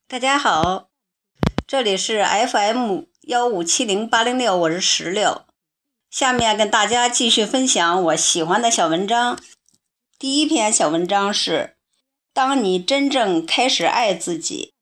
大家好，这里是 FM1570806，我是石榴。下面跟大家继续分享我喜欢的小文章。第一篇小文章是：当你真正开始爱自己。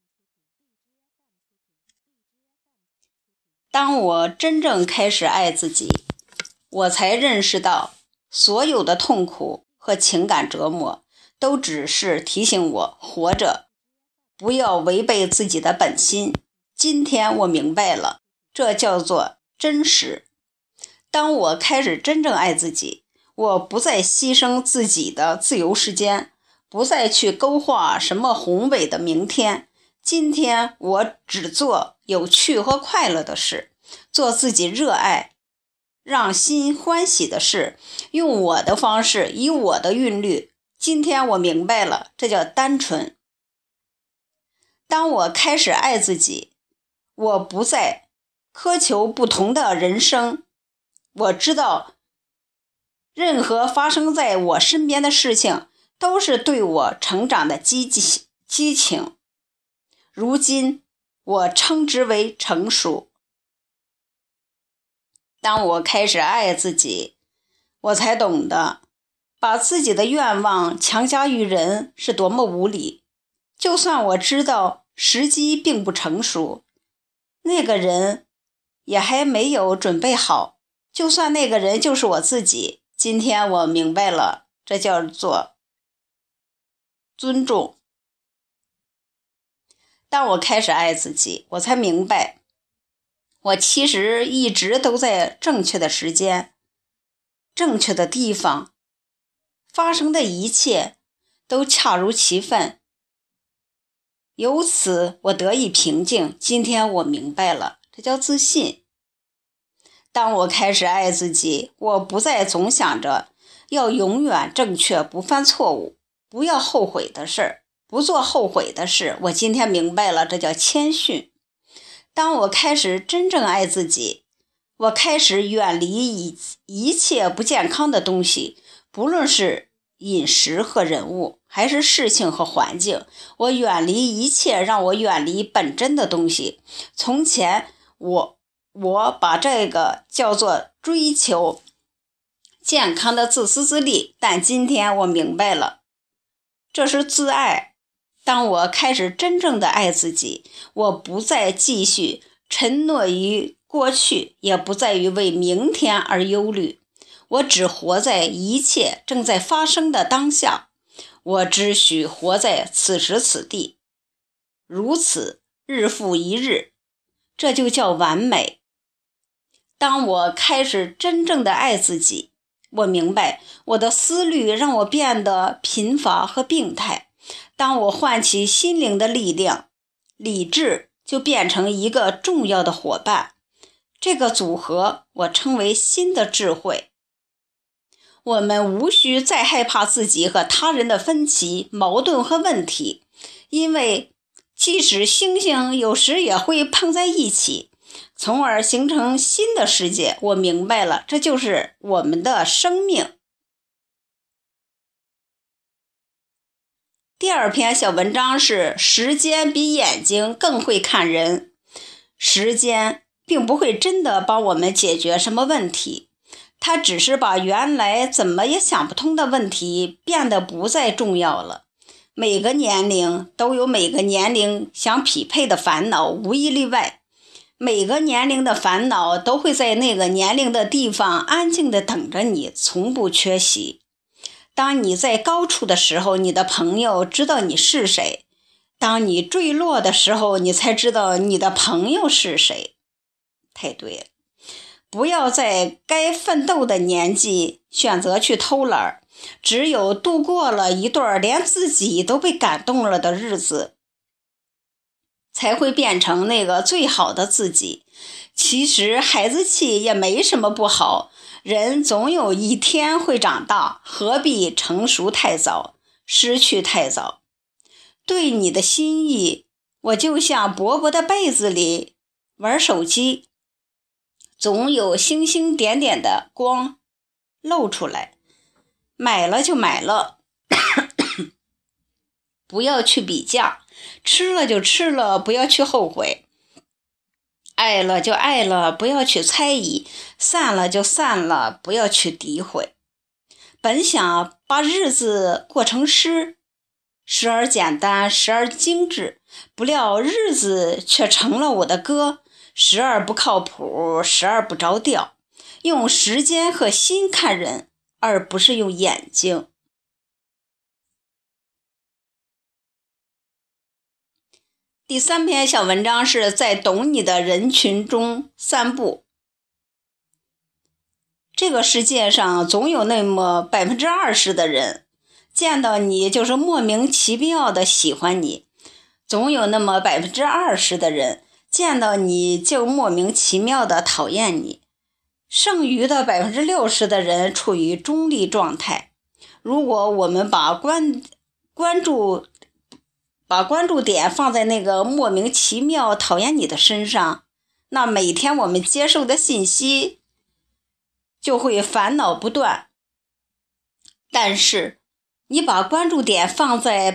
当我真正开始爱自己，我才认识到，所有的痛苦和情感折磨都只是提醒我活着，不要违背自己的本心。今天我明白了，这叫做真实。当我开始真正爱自己，我不再牺牲自己的自由时间，不再去勾画什么宏伟的明天。今天我只做有趣和快乐的事，做自己热爱让心欢喜的事，用我的方式，以我的韵律。今天我明白了，这叫单纯。当我开始爱自己，我不再苛求不同的人生。我知道任何发生在我身边的事情都是对我成长的激情。如今我称之为成熟。当我开始爱自己，我才懂得把自己的愿望强加于人是多么无理。就算我知道时机并不成熟，那个人也还没有准备好，就算那个人就是我自己。今天我明白了，这叫做尊重。当我开始爱自己，我才明白，我其实一直都在正确的时间、正确的地方，发生的一切都恰如其分。由此我得以平静。今天我明白了，这叫自信。当我开始爱自己，我不再总想着要永远正确，不犯错误，不要后悔的事，不做后悔的事。我今天明白了，这叫谦逊。当我开始真正爱自己，我开始远离一切不健康的东西，不论是饮食和人物，还是事情和环境。我远离一切让我远离本真的东西。从前我把这个叫做追求健康的自私自利，但今天我明白了，这是自爱。当我开始真正的爱自己，我不再继续沉沦于过去，也不再于为明天而忧虑。我只活在一切正在发生的当下，我只许活在此时此地，如此日复一日，这就叫完美。当我开始真正的爱自己，我明白我的思虑让我变得贫乏和病态。当我唤起心灵的力量，理智就变成一个重要的伙伴。这个组合我称为新的智慧。我们无需再害怕自己和他人的分歧、矛盾和问题，因为即使星星有时也会碰在一起，从而形成新的世界。我明白了，这就是我们的生命。第二篇小文章是：时间比眼睛更会看人。时间并不会真的帮我们解决什么问题，它只是把原来怎么也想不通的问题变得不再重要了。每个年龄都有每个年龄相匹配的烦恼，无一例外。每个年龄的烦恼都会在那个年龄的地方安静地等着你，从不缺席。当你在高处的时候，你的朋友知道你是谁；当你坠落的时候，你才知道你的朋友是谁。太对了，不要在该奋斗的年纪选择去偷懒，只有度过了一段连自己都被感动了的日子，才会变成那个最好的自己。其实孩子气也没什么不好，人总有一天会长大，何必成熟太早，失去太早。对你的心意，我就像薄薄的被子里玩手机，总有星星点点的光露出来，买了就买了不要去比价， 吃了就吃了，不要去后悔；爱了就爱了，不要去猜疑；散了就散了，不要去诋毁。本想把日子过成诗，时而简单，时而精致，不料日子却成了我的歌，时而不靠谱，时而不着调。用时间和心看人，而不是用眼睛。第3篇小文章是在懂你的人群中散步。这个世界上总有那么20%的人，见到你就是莫名其妙的喜欢你，总有那么20%的人，见到你就莫名其妙的讨厌你。剩余的60%的人处于中立状态。如果我们把关注点放在那个莫名其妙讨厌你的身上，那每天我们接受的信息就会烦恼不断。但是你把关注点放在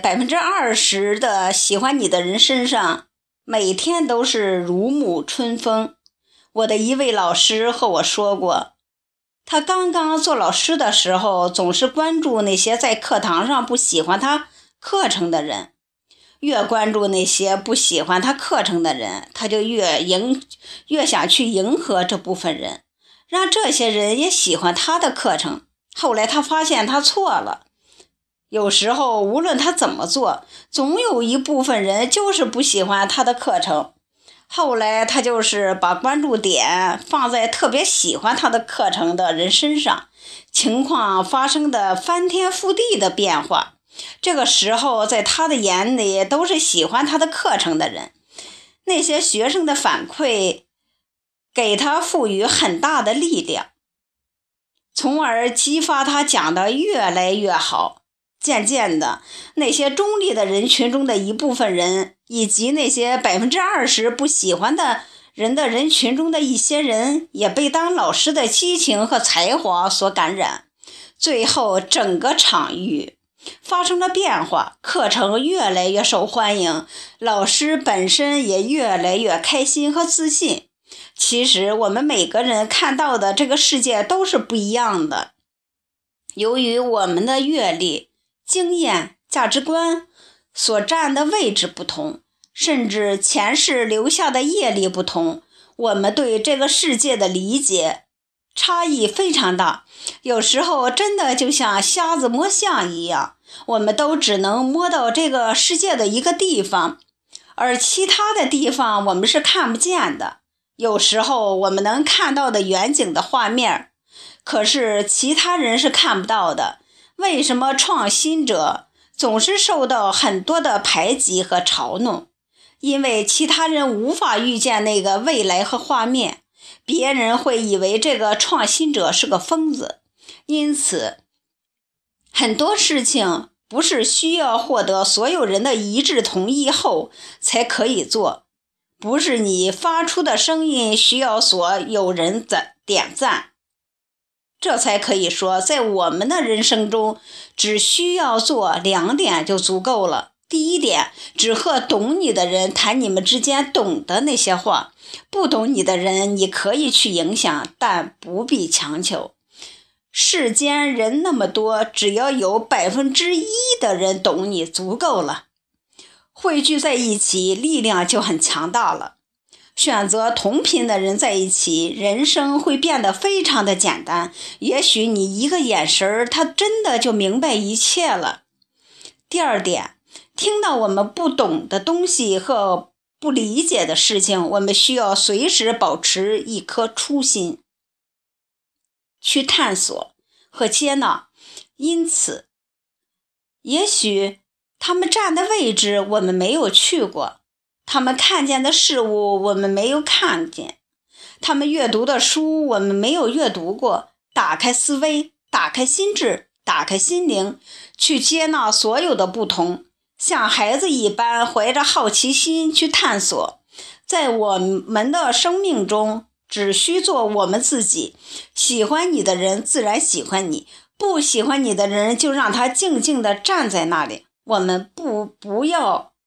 20%的喜欢你的人身上，每天都是如沐春风。我的一位老师和我说过，他刚刚做老师的时候，总是关注那些在课堂上不喜欢他课程的人，越关注那些不喜欢他课程的人，他就越想去迎合这部分人，让这些人也喜欢他的课程。后来他发现他错了，有时候无论他怎么做，总有一部分人就是不喜欢他的课程。后来他就是把关注点放在特别喜欢他的课程的人身上，情况发生的翻天覆地的变化。这个时候在他的眼里都是喜欢他的课程的人，那些学生的反馈给他赋予很大的力量，从而激发他讲得越来越好。渐渐的，那些中立的人群中的一部分人，以及那些20%不喜欢的人的人群中的一些人，也被当老师的激情和才华所感染。最后整个场域发生了变化，课程越来越受欢迎，老师本身也越来越开心和自信。其实我们每个人看到的这个世界都是不一样的，由于我们的阅历、经验、价值观所占的位置不同，甚至前世留下的业力不同，我们对这个世界的理解差异非常大。有时候真的就像瞎子摸象一样，我们都只能摸到这个世界的一个地方，而其他的地方我们是看不见的。有时候我们能看到的远景的画面，可是其他人是看不到的。为什么创新者总是受到很多的排挤和嘲弄？因为其他人无法预见那个未来和画面，别人会以为这个创新者是个疯子。因此，很多事情不是需要获得所有人的一致同意后才可以做，不是你发出的声音需要所有人的点赞。这才可以说，在我们的人生中，只需要做2点就足够了。第一点，只和懂你的人谈你们之间懂的那些话，不懂你的人你可以去影响，但不必强求。世间人那么多，只要有1%的人懂你足够了，汇聚在一起，力量就很强大了。选择同频的人在一起，人生会变得非常的简单。也许你一个眼神，他真的就明白一切了。第二点，听到我们不懂的东西和不理解的事情，我们需要随时保持一颗初心，去探索和接纳。因此，也许他们站的位置我们没有去过，他们看见的事物我们没有看见，他们阅读的书我们没有阅读过。打开思维，打开心智，打开心灵，去接纳所有的不同，像孩子一般怀着好奇心去探索。在我们的生命中，只需做我们自己，喜欢你的人自然喜欢你，不喜欢你的人就让他静静地站在那里。我们不要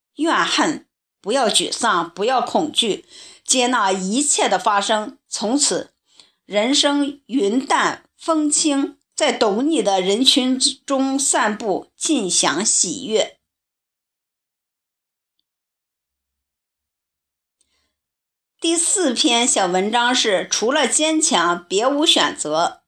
怨恨，不要沮丧，不要恐惧，接纳一切的发生。从此人生云淡风轻，在懂你的人群中散步，尽享喜悦。第4篇小文章是除了坚强别无选择。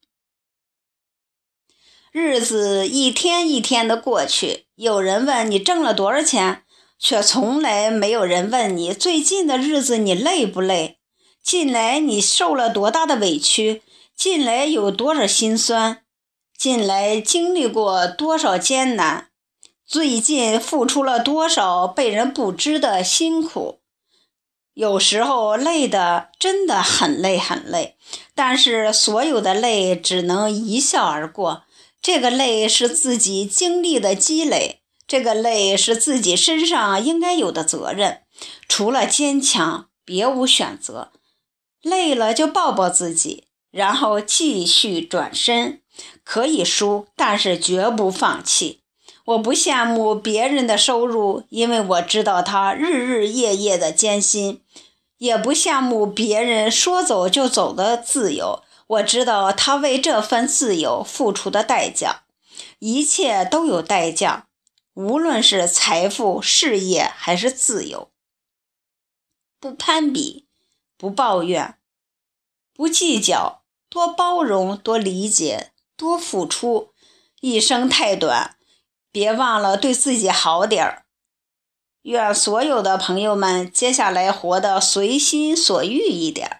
日子一天一天的过去，有人问你挣了多少钱，却从来没有人问你最近的日子你累不累，近来你受了多大的委屈，近来有多少辛酸，近来经历过多少艰难，最近付出了多少被人不知的辛苦。有时候累的真的很累很累，但是所有的累只能一笑而过。这个累是自己经历的积累，这个累是自己身上应该有的责任。除了坚强别无选择，累了就抱抱自己，然后继续转身。可以输，但是绝不放弃。我不羡慕别人的收入，因为我知道他日日夜夜的艰辛，也不羡慕别人说走就走的自由，我知道他为这份自由付出的代价。一切都有代价，无论是财富、事业还是自由。不攀比，不抱怨，不计较，多包容，多理解，多付出。一生太短，别忘了对自己好点儿。愿所有的朋友们接下来活得随心所欲一点。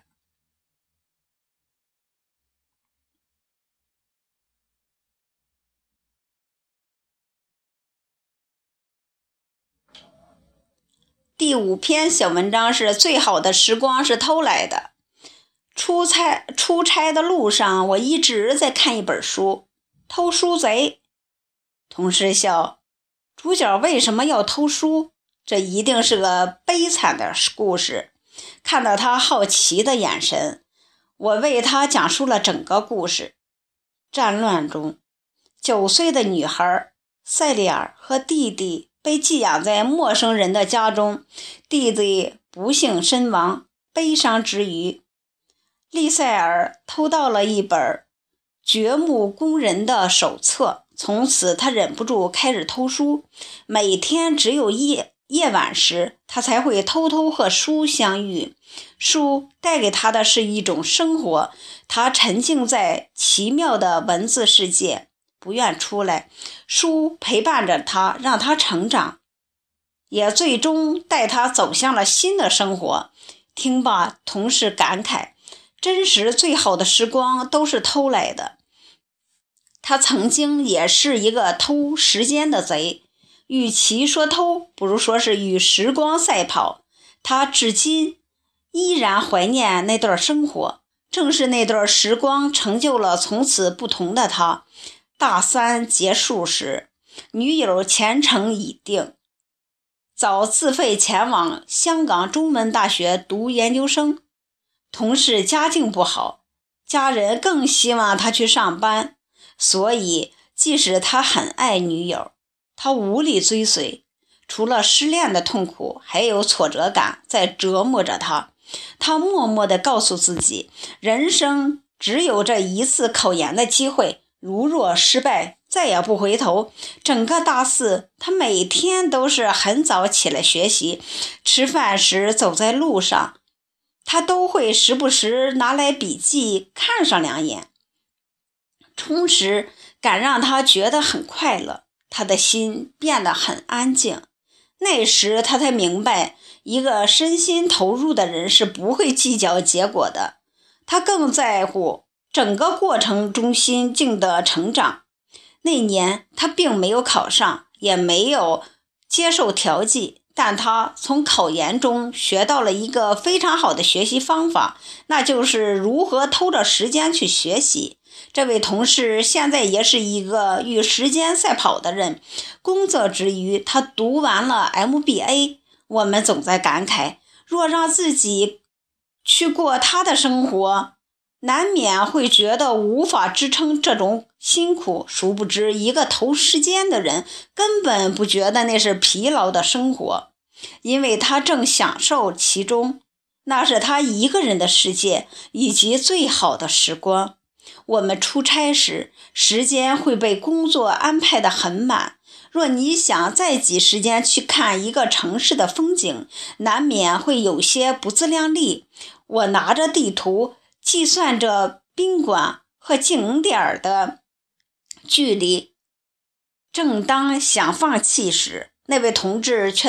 第5篇小文章是最好的时光是偷来的。出差的路上，我一直在看一本书，偷书贼。同事笑，主角为什么要偷书？这一定是个悲惨的故事。看到他好奇的眼神，我为他讲述了整个故事。战乱中，9岁的女孩塞利尔和弟弟被寄养在陌生人的家中，弟弟不幸身亡。悲伤之余，利塞尔偷到了一本掘墓工人的手册，从此他忍不住开始偷书。每天只有夜晚时，他才会偷偷和书相遇。书带给他的是一种生活，他沉浸在奇妙的文字世界，不愿出来。书陪伴着他，让他成长，也最终带他走向了新的生活。听罢，同事感慨，真实最好的时光都是偷来的。他曾经也是一个偷时间的贼，与其说偷，不如说是与时光赛跑。他至今依然怀念那段生活，正是那段时光成就了从此不同的他。大3结束时，女友前程已定，早自费前往香港中文大学读研究生。同事家境不好，家人更希望他去上班，所以即使他很爱女友，他无力追随。除了失恋的痛苦，还有挫折感在折磨着他。他默默地告诉自己，人生只有这一次考研的机会，如若失败，再也不回头。整个大4，他每天都是很早起来学习，吃饭时走在路上，他都会时不时拿来笔记看上2眼。充实感让他觉得很快乐，他的心变得很安静。那时他才明白，一个身心投入的人是不会计较结果的，他更在乎整个过程中心境的成长。那年他并没有考上，也没有接受调剂，但他从考研中学到了一个非常好的学习方法，那就是如何偷着时间去学习。这位同事现在也是一个与时间赛跑的人，工作之余他读完了 MBA。 我们总在感慨，若让自己去过他的生活，难免会觉得无法支撑这种辛苦。殊不知，一个投时间的人根本不觉得那是疲劳的生活。 因为他正享受其中，那是他一个人的世界以及最好的时光。我们出差时，时间会被工作安排得很满，若你想再挤时间去看一个城市的风景，难免会有些不自量力。我拿着地图计算着宾馆和景点的距离，正当想放弃时，那位同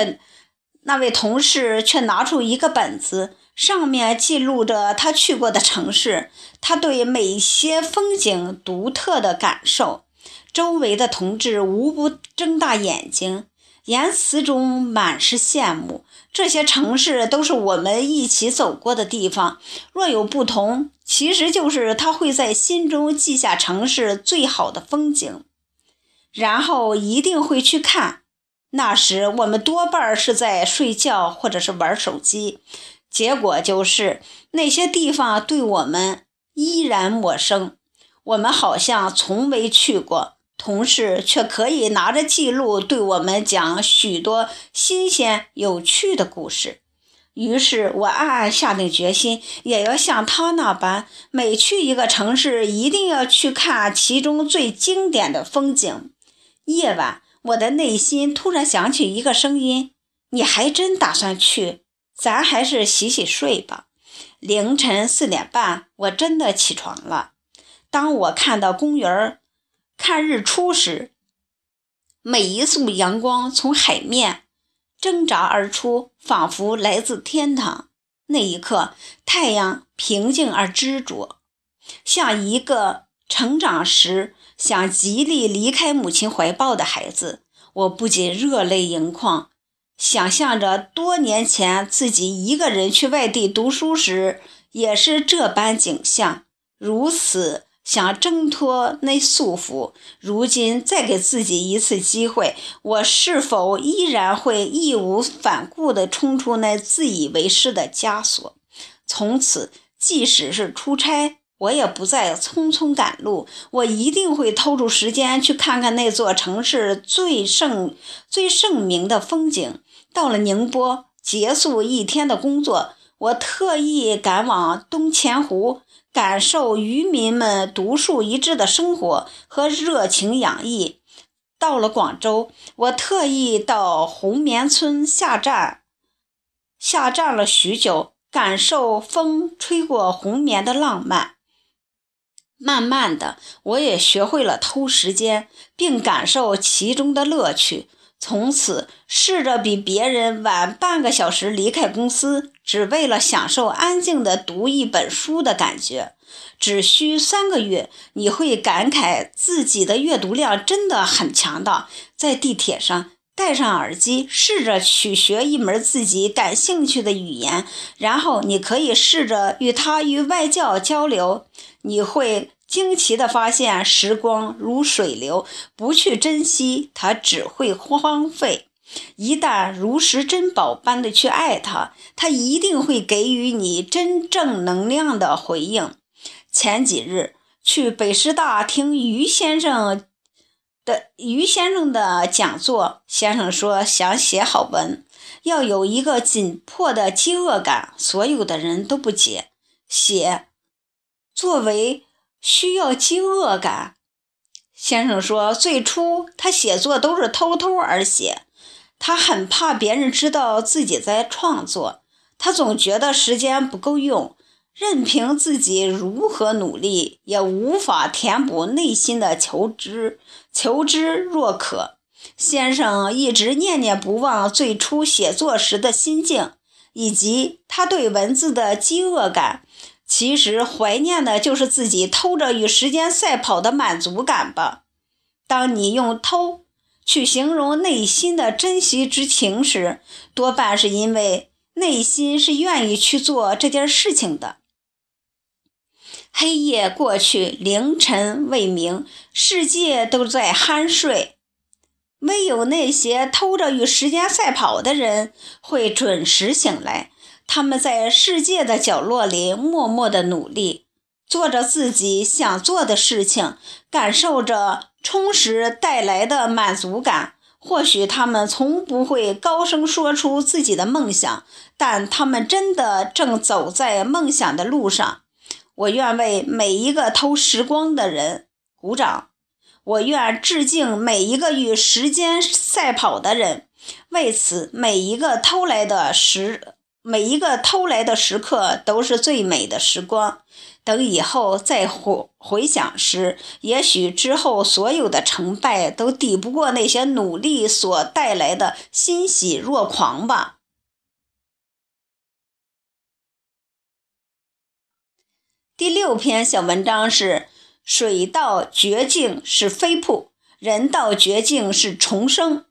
事却拿出一个本子，上面记录着他去过的城市，他对每些风景独特的感受。周围的同志无不睁大眼睛，言辞中满是羡慕。这些城市都是我们一起走过的地方，若有不同，其实就是他会在心中记下城市最好的风景，然后一定会去看。那时我们多半是在睡觉或者是玩手机，结果就是那些地方对我们依然陌生，我们好像从未去过，同事却可以拿着记录对我们讲许多新鲜有趣的故事。于是我暗暗下定决心，也要像他那般，每去一个城市一定要去看其中最经典的风景。夜晚，我的内心突然响起一个声音，你还真打算去？咱还是洗洗睡吧。凌晨4点半，我真的起床了。当我看到公园看日出时，每一束阳光从海面挣扎而出，仿佛来自天堂。那一刻，太阳平静而执着，像一个成长时想极力离开母亲怀抱的孩子。我不仅热泪盈眶，想象着多年前自己一个人去外地读书时也是这般景象，如此想挣脱那束缚。如今再给自己一次机会，我是否依然会义无反顾地冲出那自以为是的枷锁？从此，即使是出差，我也不再匆匆赶路，我一定会抽出时间去看看那座城市最盛名的风景。到了宁波，结束一天的工作，我特意赶往东钱湖，感受渔民们独树一帜的生活和热情洋溢。到了广州，我特意到红棉村下站了许久，感受风吹过红棉的浪漫。慢慢的，我也学会了偷时间，并感受其中的乐趣。从此试着比别人晚半个小时离开公司，只为了享受安静地读一本书的感觉。只需3个月，你会感慨自己的阅读量真的很强大。在地铁上戴上耳机，试着去学一门自己感兴趣的语言，然后你可以试着与它与外教交流。你会惊奇地发现，时光如水流，不去珍惜它只会荒废。一旦如实珍宝般的去爱它，它一定会给予你真正能量的回应。前几日去北师大听于先生的讲座，先生说想写好文，要有一个紧迫的饥饿感，所有的人都不解，写作为需要饥饿感。先生说，最初他写作都是偷偷而写，他很怕别人知道自己在创作，他总觉得时间不够用，任凭自己如何努力，也无法填补内心的求知若渴。先生一直念念不忘最初写作时的心境，以及他对文字的饥饿感。其实怀念的就是自己偷着与时间赛跑的满足感吧。当你用偷去形容内心的珍惜之情时，多半是因为内心是愿意去做这件事情的。黑夜过去，凌晨未明，世界都在酣睡，唯有那些偷着与时间赛跑的人会准时醒来。他们在世界的角落里默默地努力，做着自己想做的事情，感受着充实带来的满足感， 或许他们从不会高声说出自己的梦想，但他们真的正走在梦想的路上。我愿为每一个偷时光的人鼓掌，我愿致敬每一个与时间赛跑的人。为此，每一个偷来的时刻都是最美的时光。等以后再回想时，也许之后所有的成败都抵不过那些努力所带来的欣喜若狂吧。第6篇小文章是水到绝境是飞瀑，人到绝境是重生。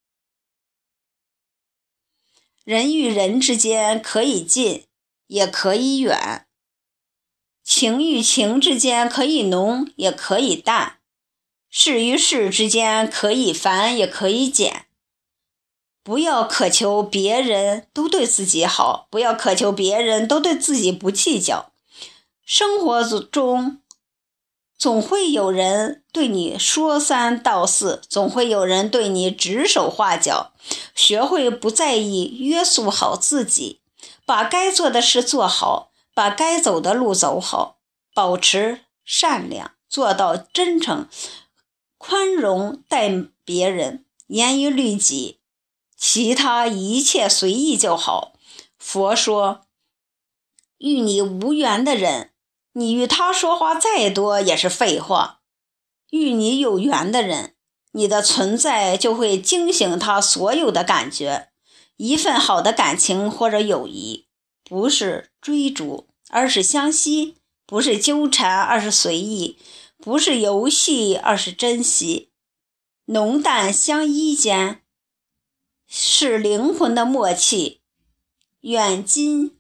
人与人之间可以近，也可以远；情与情之间可以浓，也可以淡；事与事之间可以繁，也可以简。不要渴求别人都对自己好，不要渴求别人都对自己不计较。生活中总会有人对你说三道四，总会有人对你指手画脚。学会不在意，约束好自己，把该做的事做好，把该走的路走好，保持善良，做到真诚，宽容待别人，严于律己，其他一切随意就好。佛说，与你无缘的人，你与他说话再多也是废话；与你有缘的人，你的存在就会惊醒他所有的感觉。一份好的感情或者友谊，不是追逐，而是相惜；不是纠缠，而是随意；不是游戏，而是珍惜。浓淡相依间，是灵魂的默契；远近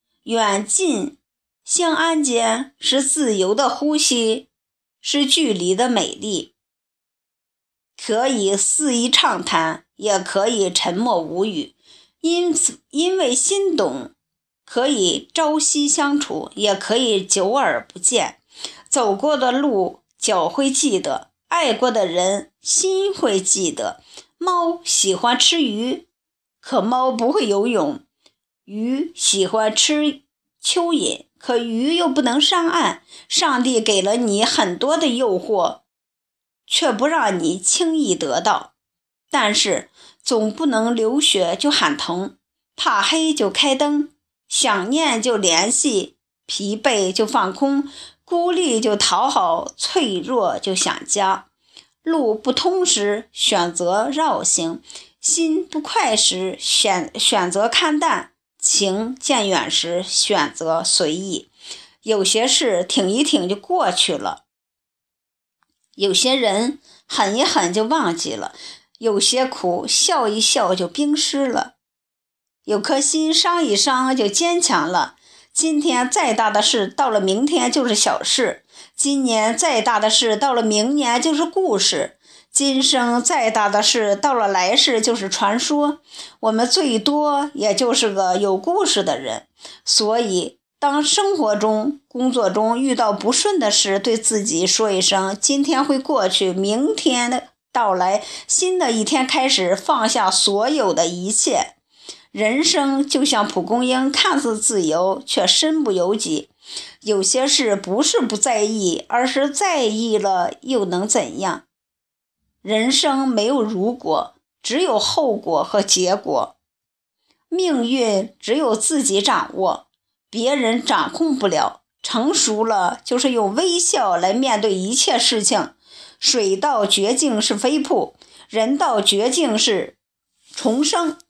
相安间，是自由的呼吸，是距离的美丽。可以肆意畅谈，也可以沉默无语，因为心动，可以朝夕相处，也可以久而不见。走过的路，脚会记得；爱过的人，心会记得。猫喜欢吃鱼，可猫不会游泳；鱼喜欢吃蚯蚓，可鱼又不能上岸。上帝给了你很多的诱惑，却不让你轻易得到。但是总不能流血就喊疼，怕黑就开灯，想念就联系，疲惫就放空，孤立就讨好，脆弱就想家。路不通时选择绕行，心不快时选择看淡，情渐远时选择随意。有些事挺一挺就过去了，有些人狠一狠就忘记了，有些苦笑一笑就冰释了，有颗心伤一伤就坚强了。今天再大的事，到了明天就是小事；今年再大的事，到了明年就是故事；今生再大的事，到了来世就是传说。我们最多也就是个有故事的人，所以当生活中、工作中遇到不顺的事，对自己说一声今天会过去，明天的到来，新的一天开始，放下所有的一切。人生就像蒲公英，看似自由，却身不由己。有些事不是不在意，而是在意了又能怎样？人生没有如果，只有后果和结果。命运只有自己掌握，别人掌控不了。成熟了，就是用微笑来面对一切事情。水到绝境是飞瀑，人到绝境是重生。